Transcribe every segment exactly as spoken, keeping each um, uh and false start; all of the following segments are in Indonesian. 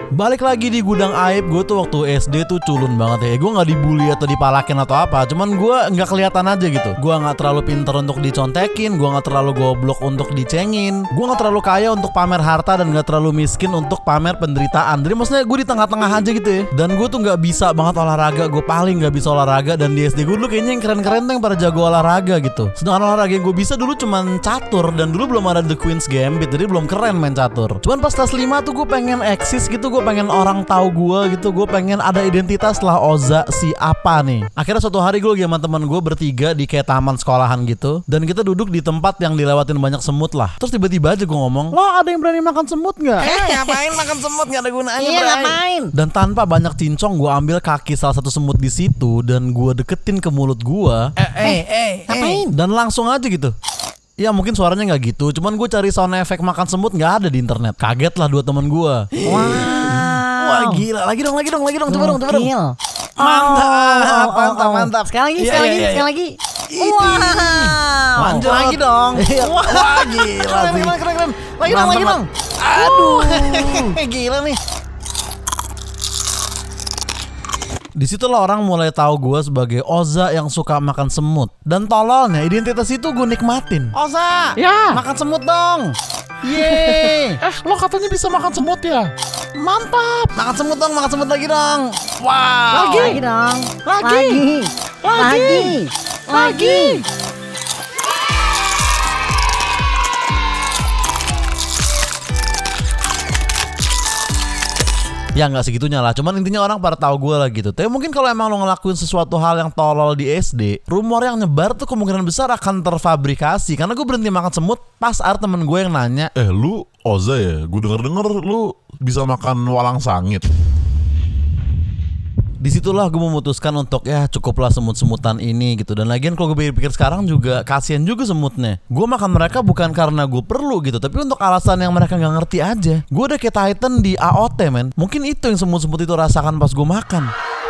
Balik lagi di gudang aib. Gue tuh waktu S D tuh culun banget ya. Gue gak dibully atau dipalakin atau apa, cuman gue gak kelihatan aja gitu. Gue gak terlalu pinter untuk dicontekin, gue gak terlalu goblok untuk dicengin, gue gak terlalu kaya untuk pamer harta, dan gak terlalu miskin untuk pamer penderitaan. Jadi maksudnya gue di tengah-tengah aja gitu ya. Dan gue tuh gak bisa banget olahraga. Gue paling gak bisa olahraga. Dan di S D gue dulu kayaknya yang keren-keren tuh yang pada jago olahraga gitu. Sedangkan olahraga yang gue bisa dulu cuman catur. Dan dulu belum ada The Queen's Gambit, jadi belum keren main catur. Cuman pas kelas lima tuh gue pengen eksis gitu. Gue pengen orang tahu gue gitu. Gue pengen ada identitas lah, Oza si apa nih. Akhirnya suatu hari gue lagi sama teman gue bertiga di kayak taman sekolahan gitu. Dan kita duduk di tempat yang dilewatin banyak semut lah. Terus tiba-tiba aja gue ngomong, lo ada yang berani makan semut gak? Eh ngapain makan semut, gak ada gunanya. Iya ngapain? Dan tanpa banyak cincong gue ambil kaki salah satu semut di situ dan gue deketin ke mulut gue. Eh eh eh Ngapain? Dan langsung aja gitu. Ya mungkin suaranya gak gitu, cuman gue cari sound efek makan semut gak ada di internet. Kaget lah dua teman gue. Wow. Wah gila, lagi dong, lagi dong, lagi dong, coba dong, coba dong. Gokil. Mantap, mantap, mantap. Sekali lagi, Iya, sekali iya, lagi, iya. sekali lagi. Ini. Wow. Lanjut Lagi dong. Iya. Wah gila Keren, sih. keren, keren, keren. Lagi dong, Mantap, lagi dong. Aduh. Gila nih. Disitulah orang mulai tahu gue sebagai Oza yang suka makan semut. Dan tololnya identitas itu gue nikmatin. Oza. Ya. Makan semut dong. Yeay. Eh, lo katanya bisa makan semut ya? Mantap. Makan semut dong, makan semut lagi dong. Wow. Lagi. Lagi dong. Lagi. Lagi. Lagi. Lagi. Ya nggak segitunya lah, cuman intinya orang pada tahu gue lah gitu. Tapi mungkin kalau emang lo ngelakuin sesuatu hal yang tolol di S D, rumor yang nyebar tuh kemungkinan besar akan terfabrikasi. Karena gue berhenti makan semut pas ada temen gue yang nanya, Eh, lu Oza ya? Gue denger-denger lu bisa makan walang sangit. disitulah gue memutuskan untuk ya cukuplah semut-semutan ini gitu. Dan lagian kalau gue pikir sekarang juga kasian juga semutnya. Gue makan mereka bukan karena gue perlu gitu, tapi untuk alasan yang mereka nggak ngerti aja. Gue udah kayak Titan di A O T men. Mungkin itu yang semut-semut itu rasakan pas gue makan.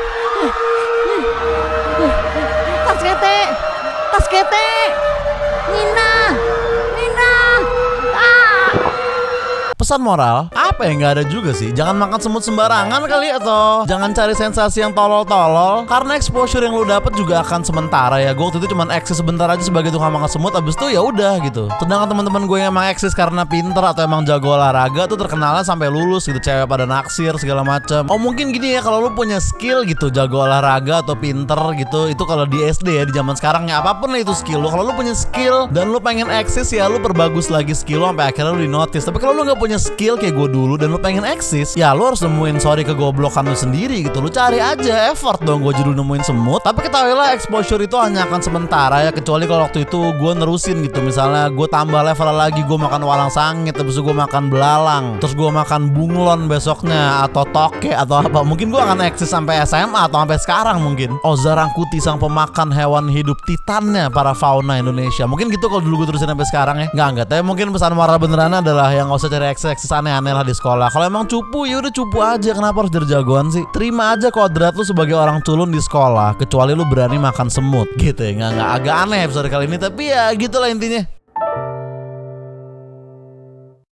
Tas kete. Tas kete. Nina. Nina. Ah. Pesan moral, apa yang gak ada juga sih? Jangan makan semut sembarangan kali, atau jangan cari sensasi yang tolol-tolol. Karena exposure yang lu dapet juga akan sementara ya. Gue waktu itu cuma eksis sebentar aja sebagai tukang makan semut, abis itu ya udah gitu. Sedangkan teman-teman gue yang emang eksis karena pinter atau emang jago olahraga tuh terkenalnya sampai lulus gitu, cewek pada naksir segala macam. Oh mungkin gini ya, kalau lu punya skill gitu, jago olahraga atau pinter gitu, itu kalau di S D ya, di zaman sekarang ya apapun lah itu skill lu. Kalau lu punya skill dan lu pengen eksis ya lu perbagus lagi skill lu sampai akhirnya lu di notice. Tapi kalau lu nggak punya skill kayak gue dulu dan lu pengen eksis, ya lu harus nemuin sorry kegoblokan lu sendiri gitu. Lu cari aja effort dong. Gue judul nemuin semut, tapi ketahuilah exposure itu hanya akan sementara ya. Kecuali kalau waktu itu gue nerusin gitu, misalnya gue tambah level lagi, gue makan walang sangit, terus gue makan belalang, terus gue makan bunglon besoknya, atau toke atau apa, mungkin gue akan eksis sampai S M A atau sampai sekarang mungkin. Oza Rangkuti, sang pemakan hewan hidup titannya para fauna Indonesia. Mungkin gitu kalau dulu gue terusin sampai sekarang ya. Nggak nggak tapi mungkin pesan moral beneran adalah yang nggak usah cari eksis aneh-aneh lah di sekolah. Kalau emang cupu ya udah cupu aja, kenapa harus jadi jagoan sih? Terima aja kodrat lu sebagai orang culun di sekolah, kecuali lu berani makan semut gitu ya. Nggak nggak agak aneh episode kali ini, tapi ya gitulah intinya.